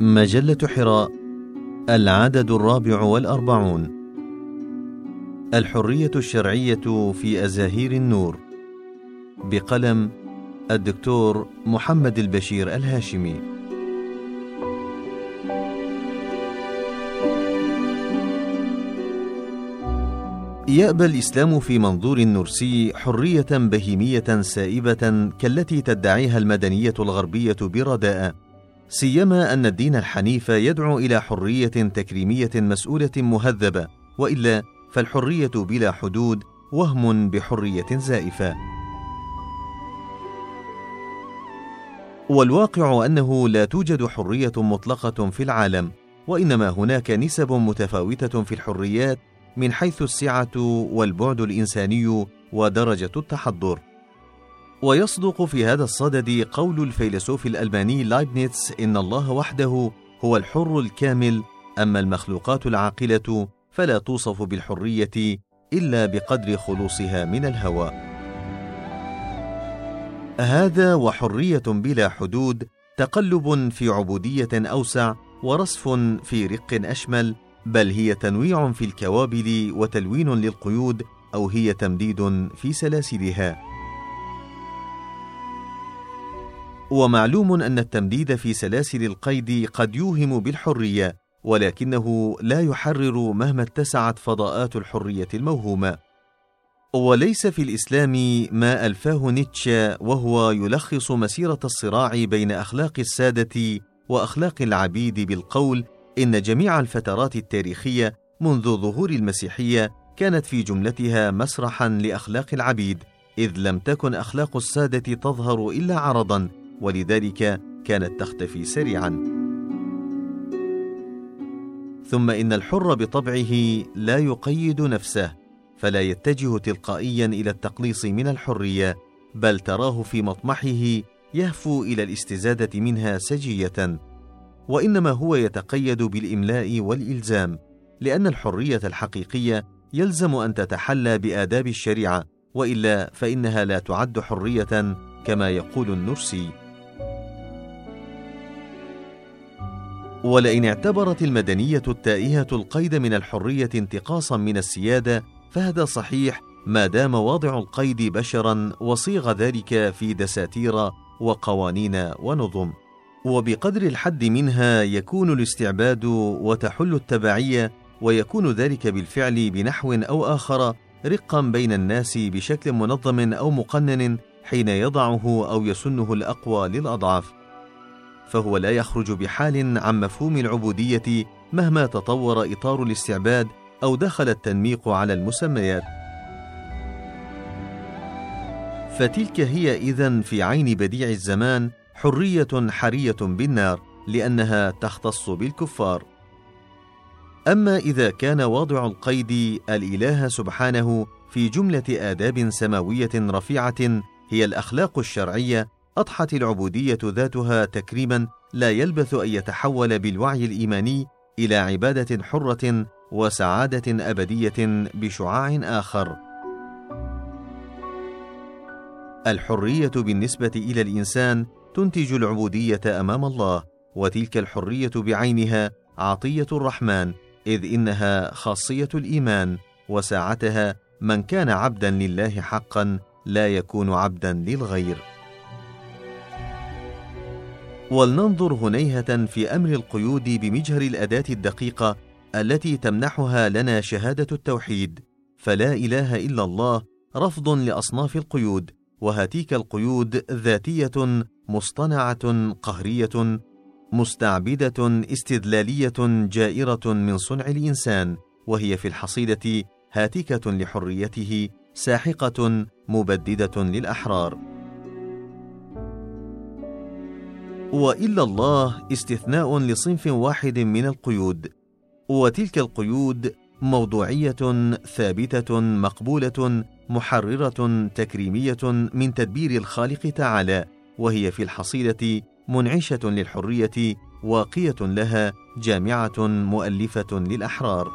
مجلة حراء، العدد 44. الحرية الشرعية في أزاهير النور، بقلم الدكتور محمد البشير الهاشمي. يأبى الإسلام في منظور النرسي حرية بهيمية سائبة كالتي تدعيها المدنية الغربية برداءة، سيما أن الدين الحنيف يدعو إلى حرية تكريمية مسؤولة مهذبة، وإلا فالحرية بلا حدود وهم بحرية زائفة. والواقع أنه لا توجد حرية مطلقة في العالم، وإنما هناك نسب متفاوتة في الحريات من حيث السعة والبعد الإنساني ودرجة التحضر. ويصدق في هذا الصدد قول الفيلسوف الألماني لايبنيتس: إن الله وحده هو الحر الكامل، أما المخلوقات العاقلة فلا توصف بالحرية إلا بقدر خلوصها من الهوى. هذا وحرية بلا حدود تقلب في عبودية أوسع، ورصف في رق أشمل، بل هي تنويع في الكوابل وتلوين للقيود، أو هي تمديد في سلاسلها. ومعلوم أن التمديد في سلاسل القيد قد يوهم بالحرية، ولكنه لا يحرر مهما اتسعت فضاءات الحرية الموهومة. وليس في الإسلام ما ألفاه نيتشه وهو يلخص مسيرة الصراع بين أخلاق السادة وأخلاق العبيد بالقول: إن جميع الفترات التاريخية منذ ظهور المسيحية كانت في جملتها مسرحا لأخلاق العبيد، إذ لم تكن أخلاق السادة تظهر إلا عرضا، ولذلك كانت تختفي سريعا. ثم إن الحر بطبعه لا يقيد نفسه، فلا يتجه تلقائيا إلى التقليص من الحرية، بل تراه في مطمحه يهفو إلى الاستزادة منها سجية، وإنما هو يتقيد بالإملاء والإلزام، لأن الحرية الحقيقية يلزم أن تتحلى بآداب الشريعة، وإلا فإنها لا تعد حرية كما يقول النرسي. ولئن اعتبرت المدنية التائهة القيد من الحرية انتقاصا من السيادة، فهذا صحيح ما دام وضع القيد بشرا، وصيغ ذلك في دساتير وقوانين ونظم، وبقدر الحد منها يكون الاستعباد وتحل التبعية، ويكون ذلك بالفعل بنحو أو آخر رقا بين الناس بشكل منظم أو مقنن حين يضعه أو يسنه الأقوى للأضعف، فهو لا يخرج بحال عن مفهوم العبودية مهما تطور إطار الاستعباد أو دخل التنميق على المسميات. فتلك هي إذن في عين بديع الزمان حرية حرية بالنار، لأنها تختص بالكفار. أما إذا كان واضع القيد الإله سبحانه في جملة آداب سماوية رفيعة هي الأخلاق الشرعية، أضحت العبودية ذاتها تكريما لا يلبث أن يتحول بالوعي الإيماني إلى عبادة حرة وسعادة أبدية بشعاع آخر. الحرية بالنسبة إلى الإنسان تنتج العبودية أمام الله، وتلك الحرية بعينها عطية الرحمن، إذ إنها خاصية الإيمان، وساعتها من كان عبدا لله حقا لا يكون عبدا للغير. ولننظر هنيهة في أمر القيود بمجهر الأداة الدقيقة التي تمنحها لنا شهادة التوحيد، فلا إله إلا الله رفض لأصناف القيود، وهاتيك القيود ذاتية مصطنعة قهرية مستعبدة استدلالية جائرة من صنع الإنسان، وهي في الحصيلة هاتكة لحريته ساحقة مبددة للأحرار. وإلا الله استثناء لصنف واحد من القيود، وتلك القيود موضوعية ثابتة مقبولة محررة تكريمية من تدبير الخالق تعالى، وهي في الحصيلة منعشة للحرية واقية لها جامعة مؤلفة للأحرار.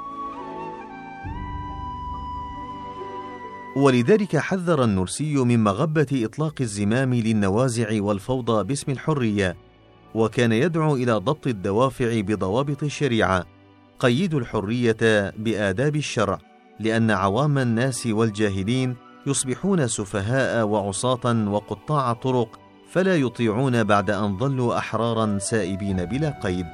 ولذلك حذر النرسي من مغبة إطلاق الزمام للنوازع والفوضى باسم الحرية، وكان يدعو إلى ضبط الدوافع بضوابط الشريعة. قيدوا الحرية بآداب الشرع، لأن عوام الناس والجاهلين يصبحون سفهاء وعصاة وقطاع طرق، فلا يطيعون بعد أن ظلوا أحرارا سائبين بلا قيد.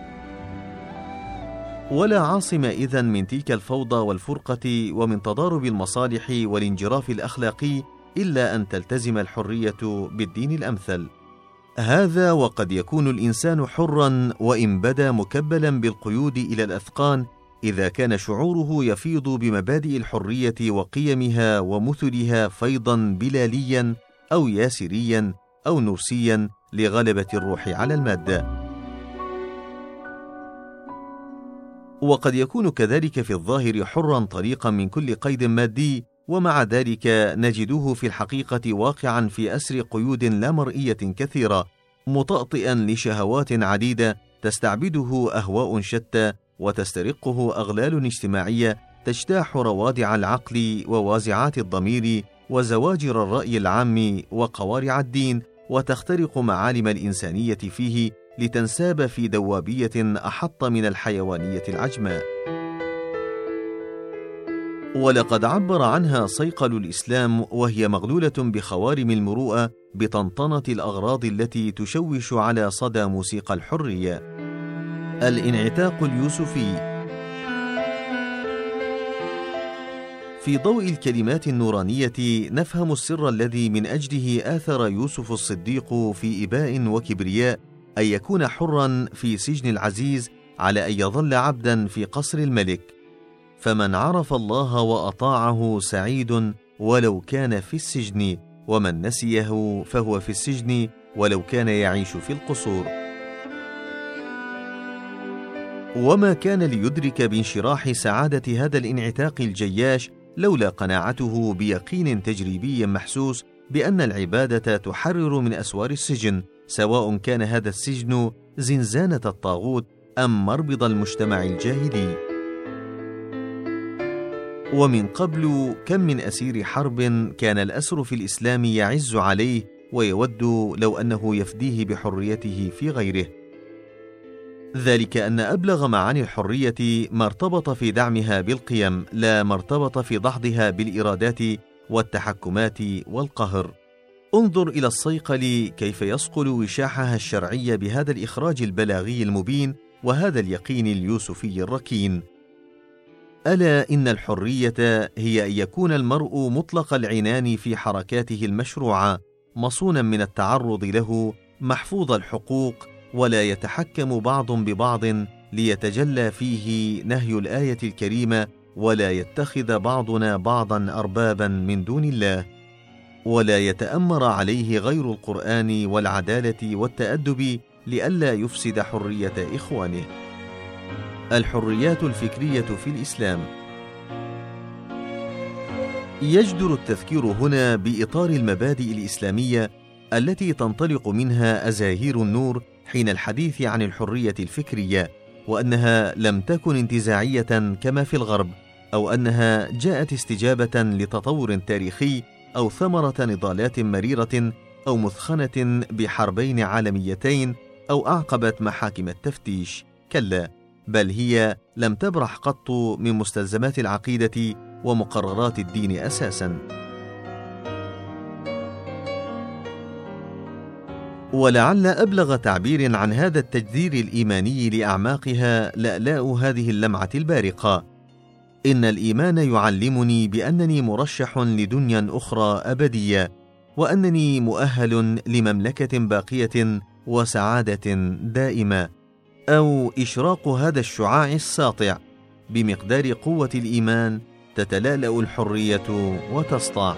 ولا عاصم إذن من تلك الفوضى والفرقة ومن تضارب المصالح والانجراف الأخلاقي إلا أن تلتزم الحرية بالدين الأمثل. هذا وقد يكون الإنسان حرا وإن بدا مكبلا بالقيود إلى الأثقان، إذا كان شعوره يفيض بمبادئ الحرية وقيمها ومثلها فيضا بلاليا أو ياسريا أو نرسيا لغلبة الروح على المادة. وقد يكون كذلك في الظاهر حرا طليقا من كل قيد مادي، ومع ذلك نجده في الحقيقة واقعا في أسر قيود لا مرئية كثيرة، مطأطئا لشهوات عديدة تستعبده أهواء شتى وتسترقه أغلال اجتماعية تجتاح روادع العقل ووازعات الضمير وزواجر الرأي العام وقوارع الدين، وتخترق معالم الإنسانية فيه لتنساب في دوابية أحط من الحيوانية العجماء. ولقد عبر عنها صيقل الإسلام وهي مغلولة بخوارم المروءة بطنطنة الأغراض التي تشوش على صدى موسيقى الحرية. الانعتاق اليوسفي. في ضوء الكلمات النورانية نفهم السر الذي من أجله آثر يوسف الصديق في إباء وكبرياء أن يكون حرا في سجن العزيز على أن يظل عبدا في قصر الملك. فمن عرف الله وأطاعه سعيد ولو كان في السجن، ومن نسيه فهو في السجن ولو كان يعيش في القصور. وما كان ليدرك بانشراح سعادة هذا الانعتاق الجياش لولا قناعته بيقين تجريبي محسوس بأن العبادة تحرر من أسوار السجن، سواء كان هذا السجن زنزانة الطاغوت أم مربض المجتمع الجاهلي. ومن قبل كم من أسير حرب كان الأسر في الإسلام يعز عليه ويود لو أنه يفديه بحريته في غيره. ذلك أن أبلغ معاني الحرية ما ارتبط في دعمها بالقيم، لا ما ارتبط في دحضها بالإرادات والتحكمات والقهر. انظر إلى الصيقل كيف يصقل وشاحها الشرعي بهذا الإخراج البلاغي المبين وهذا اليقين اليوسفي الركين. ألا إن الحرية هي أن يكون المرء مطلق العنان في حركاته المشروعة، مصونا من التعرض له، محفوظ الحقوق، ولا يتحكم بعض ببعض ليتجلى فيه نهي الآية الكريمة: ولا يتخذ بعضنا بعضا أربابا من دون الله، ولا يتأمر عليه غير القرآن والعدالة والتأدب لئلا يفسد حرية إخوانه. الحريات الفكرية في الإسلام. يجدر التذكير هنا بإطار المبادئ الإسلامية التي تنطلق منها أزاهير النور حين الحديث عن الحرية الفكرية، وأنها لم تكن انتزاعية كما في الغرب، أو أنها جاءت استجابة لتطور تاريخي أو ثمرة نضالات مريرة أو مثخنة بحربين عالميتين أو أعقبت محاكم التفتيش. كلا، بل هي لم تبرح قط من مستلزمات العقيدة ومقررات الدين أساسا. ولعل أبلغ تعبير عن هذا التجذير الإيماني لأعماقها لألاء هذه اللمعة البارقة: إن الإيمان يعلمني بأنني مرشح لدنيا أخرى أبدية، وأنني مؤهل لمملكة باقية وسعادة دائمة. أو إشراق هذا الشعاع الساطع: بمقدار قوة الإيمان تتلألأ الحرية وتسطع.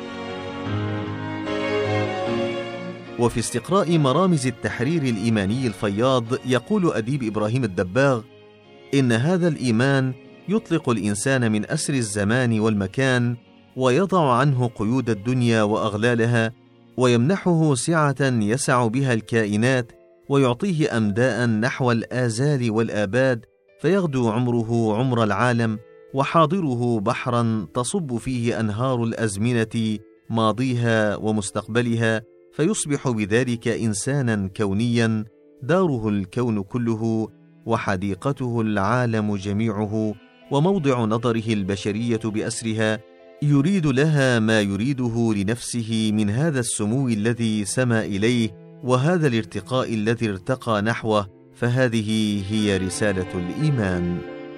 وفي استقراء مرامز التحرير الإيماني الفياض يقول أديب إبراهيم الدباغ: إن هذا الإيمان يطلق الإنسان من أسر الزمان والمكان، ويضع عنه قيود الدنيا وأغلالها، ويمنحه سعة يسع بها الكائنات، ويعطيه أمداء نحو الآزال والآباد، فيغدو عمره عمر العالم، وحاضره بحرا تصب فيه أنهار الأزمنة ماضيها ومستقبلها، فيصبح بذلك إنسانا كونيا داره الكون كله، وحديقته العالم جميعه، وموضع نظره البشرية بأسرها، يريد لها ما يريده لنفسه من هذا السمو الذي سما إليه وهذا الارتقاء الذي ارتقى نحوه، فهذه هي رسالة الإيمان.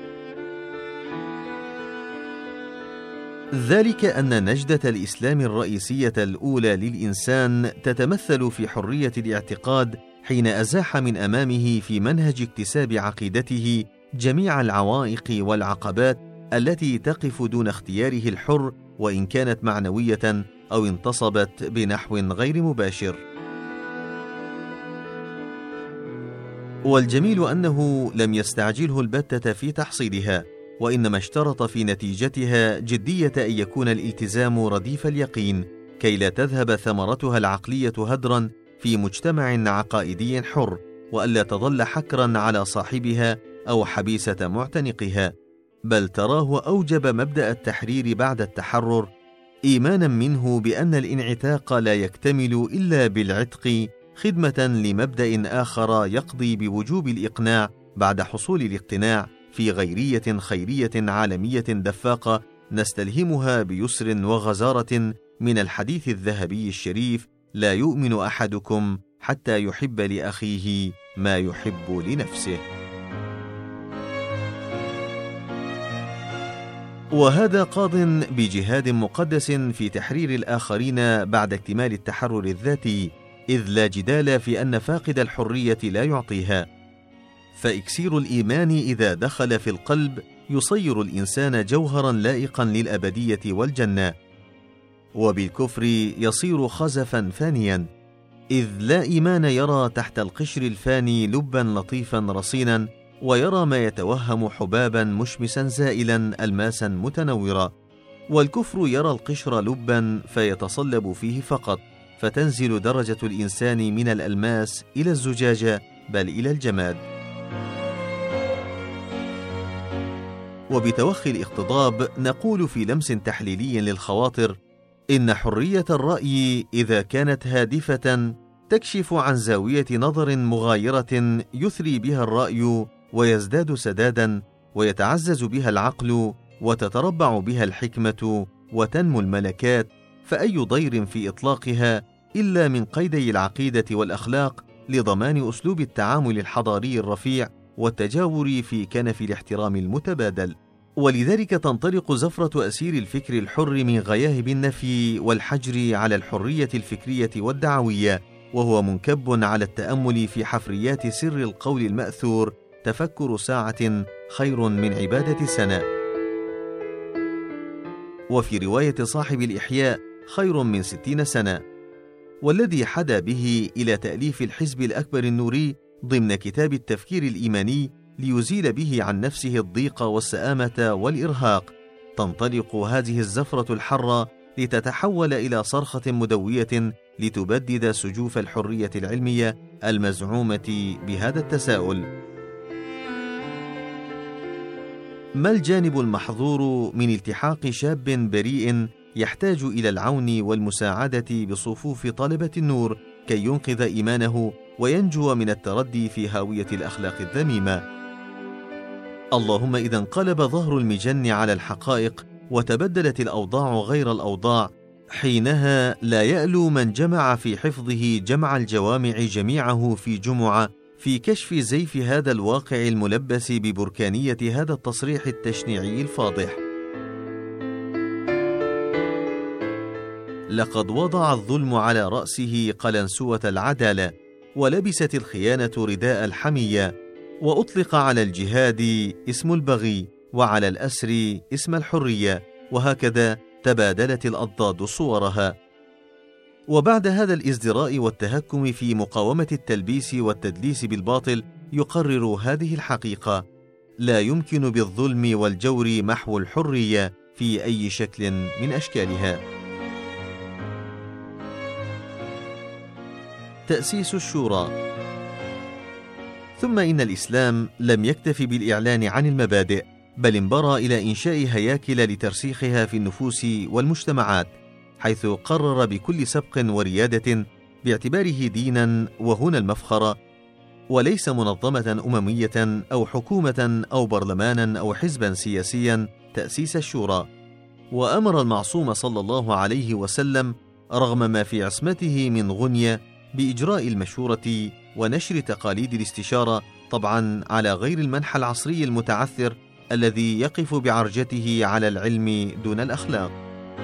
ذلك أن نجدة الإسلام الرئيسية الأولى للإنسان تتمثل في حرية الاعتقاد، حين أزاح من أمامه في منهج اكتساب عقيدته جميع العوائق والعقبات التي تقف دون اختياره الحر، وإن كانت معنوية أو انتصبت بنحو غير مباشر. والجميل أنه لم يستعجله البتة في تحصيلها، وإنما اشترط في نتيجتها جدية أن يكون الالتزام رديف اليقين، كي لا تذهب ثمرتها العقلية هدرا في مجتمع عقائدي حر، وألا تظل حكرا على صاحبها أو حبيسة معتنقها، بل تراه أوجب مبدأ التحرير بعد التحرر، إيمانا منه بأن الانعتاق لا يكتمل إلا بالعتق، خدمة لمبدأ آخر يقضي بوجوب الإقناع بعد حصول الاقتناع، في غيرية خيرية عالمية دفاقة نستلهمها بيسر وغزارة من الحديث الذهبي الشريف: لا يؤمن أحدكم حتى يحب لأخيه ما يحب لنفسه. وهذا قاض بجهاد مقدس في تحرير الآخرين بعد اكتمال التحرر الذاتي، إذ لا جدال في أن فاقد الحرية لا يعطيها، فإكسير الإيمان إذا دخل في القلب يصير الإنسان جوهرا لائقا للأبدية والجنة، وبالكفر يصير خزفا فانيا، إذ لا إيمان يرى تحت القشر الفاني لبا لطيفا رصينا، ويرى ما يتوهم حبابا مشمسا زائلا ألماسا متنورا، والكفر يرى القشر لبا فيتصلب فيه فقط، فتنزل درجة الإنسان من الألماس إلى الزجاجة بل إلى الجماد. وبتوخي الاقتضاب نقول في لمس تحليلي للخواطر: إن حرية الرأي إذا كانت هادفة تكشف عن زاوية نظر مغايرة يثري بها الرأي ويزداد سدادا، ويتعزز بها العقل وتتربع بها الحكمة وتنمو الملكات، فأي ضير في إطلاقها إلا من قيدي العقيدة والأخلاق لضمان أسلوب التعامل الحضاري الرفيع والتجاور في كنف الاحترام المتبادل. ولذلك تنطلق زفرة أسير الفكر الحر من غياهب النفي والحجر على الحرية الفكرية والدعوية، وهو منكب على التأمل في حفريات سر القول المأثور: تفكر ساعة خير من عبادة سنة. وفي رواية صاحب الإحياء: خير من 60 سنة. والذي حدا به إلى تأليف الحزب الأكبر النوري ضمن كتاب التفكير الإيماني ليزيل به عن نفسه الضيق والسآمة والإرهاق، تنطلق هذه الزفرة الحرة لتتحول إلى صرخة مدوية لتبدد سجوف الحرية العلمية المزعومة بهذا التساؤل: ما الجانب المحظور من التحاق شاب بريء يحتاج إلى العون والمساعدة بصفوف طلبة النور كي ينقذ إيمانه وينجو من التردي في هاوية الأخلاق الذميمة؟ اللهم إذا انقلب ظهر المجن على الحقائق وتبدلت الأوضاع غير الأوضاع، حينها لا يألو من جمع في حفظه جمع الجوامع جميعه في جمعة في كشف زيف هذا الواقع الملبس ببركانية هذا التصريح التشنيعي الفاضح: لقد وضع الظلم على رأسه قلنسوة العدالة، ولبست الخيانة رداء الحمية، وأطلق على الجهاد اسم البغي، وعلى الأسر اسم الحرية، وهكذا تبادلت الأضداد صورها. وبعد هذا الازدراء والتهكم في مقاومة التلبيس والتدليس بالباطل يقرر هذه الحقيقة: لا يمكن بالظلم والجور محو الحرية في أي شكل من أشكالها. تأسيس الشورى. ثم إن الإسلام لم يكتف بالإعلان عن المبادئ، بل انبرى إلى إنشاء هياكل لترسيخها في النفوس والمجتمعات، حيث قرر بكل سبق وريادة باعتباره دينا وهنا المفخرة: وليس منظمة أممية أو حكومة أو برلمانا أو حزبا سياسيا تأسيس الشورى. وأمر المعصوم صلى الله عليه وسلم رغم ما في عصمته من غنية بإجراء المشورة ونشر تقاليد الاستشارة، طبعا على غير المنحى العصري المتعثر الذي يقف بعرجته على العلم دون الأخلاق.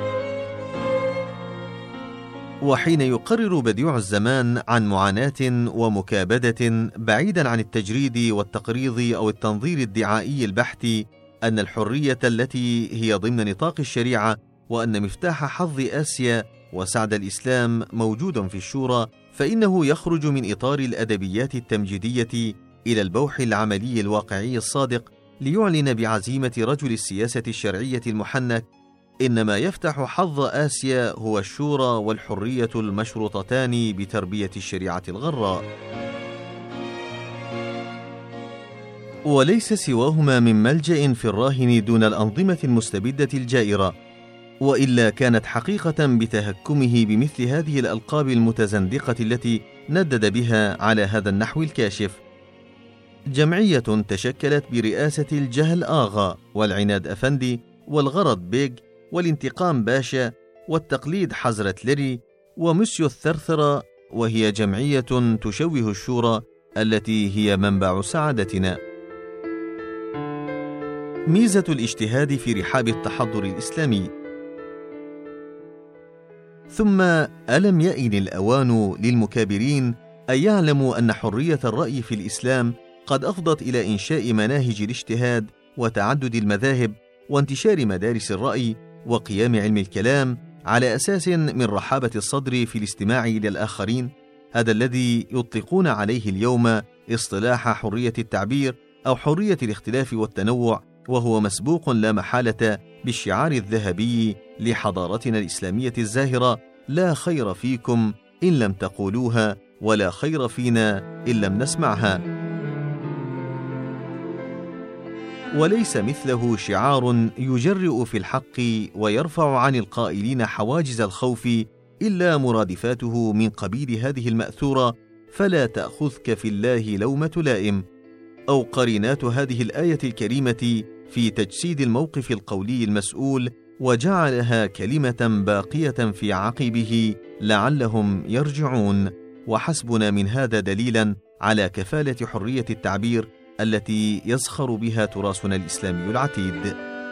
وحين يقرر بديع الزمان عن معاناة ومكابدة بعيدا عن التجريد والتقريض أو التنظير الدعائي البحت أن الحرية التي هي ضمن نطاق الشريعة وأن مفتاح حظ آسيا وسعد الإسلام موجود في الشورى، فإنه يخرج من إطار الأدبيات التمجيدية إلى البوح العملي الواقعي الصادق ليعلن بعزيمة رجل السياسة الشرعية المحنك إن ما يفتح حظ آسيا هو الشورى والحرية المشروطتان بتربية الشريعة الغراء، وليس سواهما من ملجأ في الراهن دون الأنظمة المستبدة الجائرة، وإلا كانت حقيقة بتهكمه بمثل هذه الألقاب المتزندقة التي ندد بها على هذا النحو الكاشف. جمعية تشكلت برئاسة الجهل آغا والعناد أفندي والغرض بيج والانتقام باشا والتقليد حزرة لري ومسيو الثرثرة، وهي جمعية تشوه الشورى التي هي منبع سعادتنا. ميزة الاجتهاد في رحاب التحضر الإسلامي. ثم ألم يئن الأوان للمكابرين أن يعلموا أن حرية الرأي في الإسلام قد أفضت إلى إنشاء مناهج الاجتهاد وتعدد المذاهب وانتشار مدارس الرأي وقيام علم الكلام على أساس من رحابة الصدر في الاستماع إلى الآخرين، هذا الذي يطلقون عليه اليوم اصطلاح حرية التعبير أو حرية الاختلاف والتنوع، وهو مسبوق لا محالة بالشعار الذهبي لحضارتنا الإسلامية الزاهرة: لا خير فيكم إن لم تقولوها، ولا خير فينا إن لم نسمعها. وليس مثله شعار يجرئ في الحق ويرفع عن القائلين حواجز الخوف إلا مرادفاته من قبيل هذه المأثورة: فلا تأخذك في الله لومة لائم، أو قرينات هذه الآية الكريمة في تجسيد الموقف القولي المسؤول وجعلها كلمة باقية في عقبه لعلهم يرجعون. وحسبنا من هذا دليلا على كفالة حرية التعبير التي يزخر بها تراثنا الإسلامي العتيد.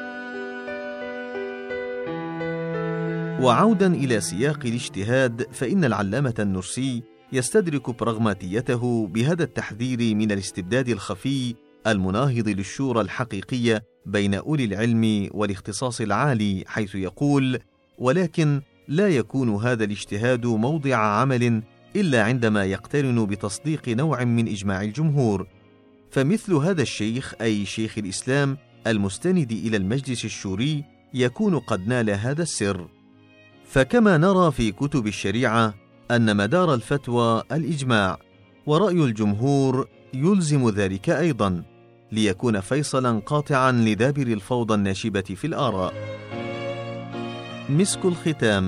وعودا إلى سياق الاجتهاد، فإن العلامة النرسي يستدرك براغماتيته بهذا التحذير من الاستبداد الخفي المناهض للشورى الحقيقية بين أولي العلم والاختصاص العالي، حيث يقول: ولكن لا يكون هذا الاجتهاد موضع عمل إلا عندما يقترن بتصديق نوع من إجماع الجمهور، فمثل هذا الشيخ أي شيخ الإسلام المستند إلى المجلس الشوري يكون قد نال هذا السر. فكما نرى في كتب الشريعة أن مدار الفتوى الإجماع، ورأي الجمهور يلزم ذلك أيضا، ليكون فيصلا قاطعا لدابر الفوضى الناشبة في الآراء. مسك الختام.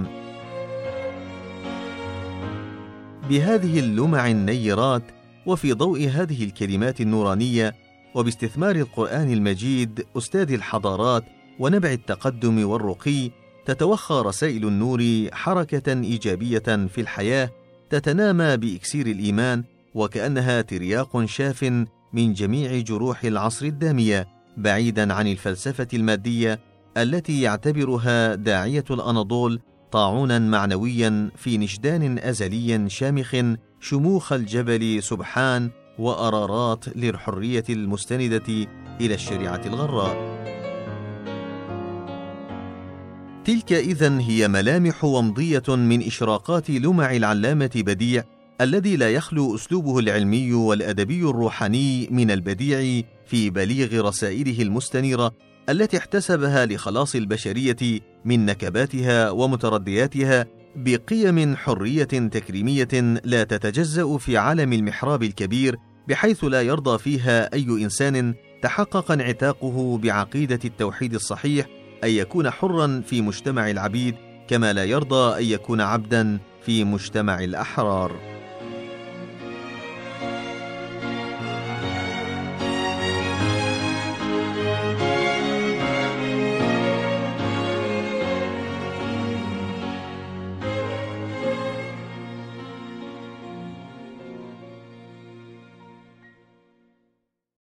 بهذه اللمع النيرات وفي ضوء هذه الكلمات النورانية، وباستثمار القرآن المجيد أستاذ الحضارات ونبع التقدم والرقي، تتوخى رسائل النور حركة إيجابية في الحياة تتنامى بإكسير الإيمان، وكأنها ترياق شاف من جميع جروح العصر الدامية، بعيدا عن الفلسفة المادية التي يعتبرها داعية الأناضول طاعونا معنويا في نشدان أزلي شامخ شموخ الجبل سبحان وأرارات للحرية المستندة إلى الشريعة الغراء. تلك إذن هي ملامح ومضية من إشراقات لمع العلامة بديع، الذي لا يخلو أسلوبه العلمي والأدبي الروحاني من البديع في بليغ رسائله المستنيرة التي احتسبها لخلاص البشرية من نكباتها ومتردياتها بقيم حرية تكريمية لا تتجزأ في عالم المحراب الكبير، بحيث لا يرضى فيها أي إنسان تحقق انعتاقه بعقيدة التوحيد الصحيح أن يكون حرا في مجتمع العبيد، كما لا يرضى أن يكون عبدا في مجتمع الأحرار.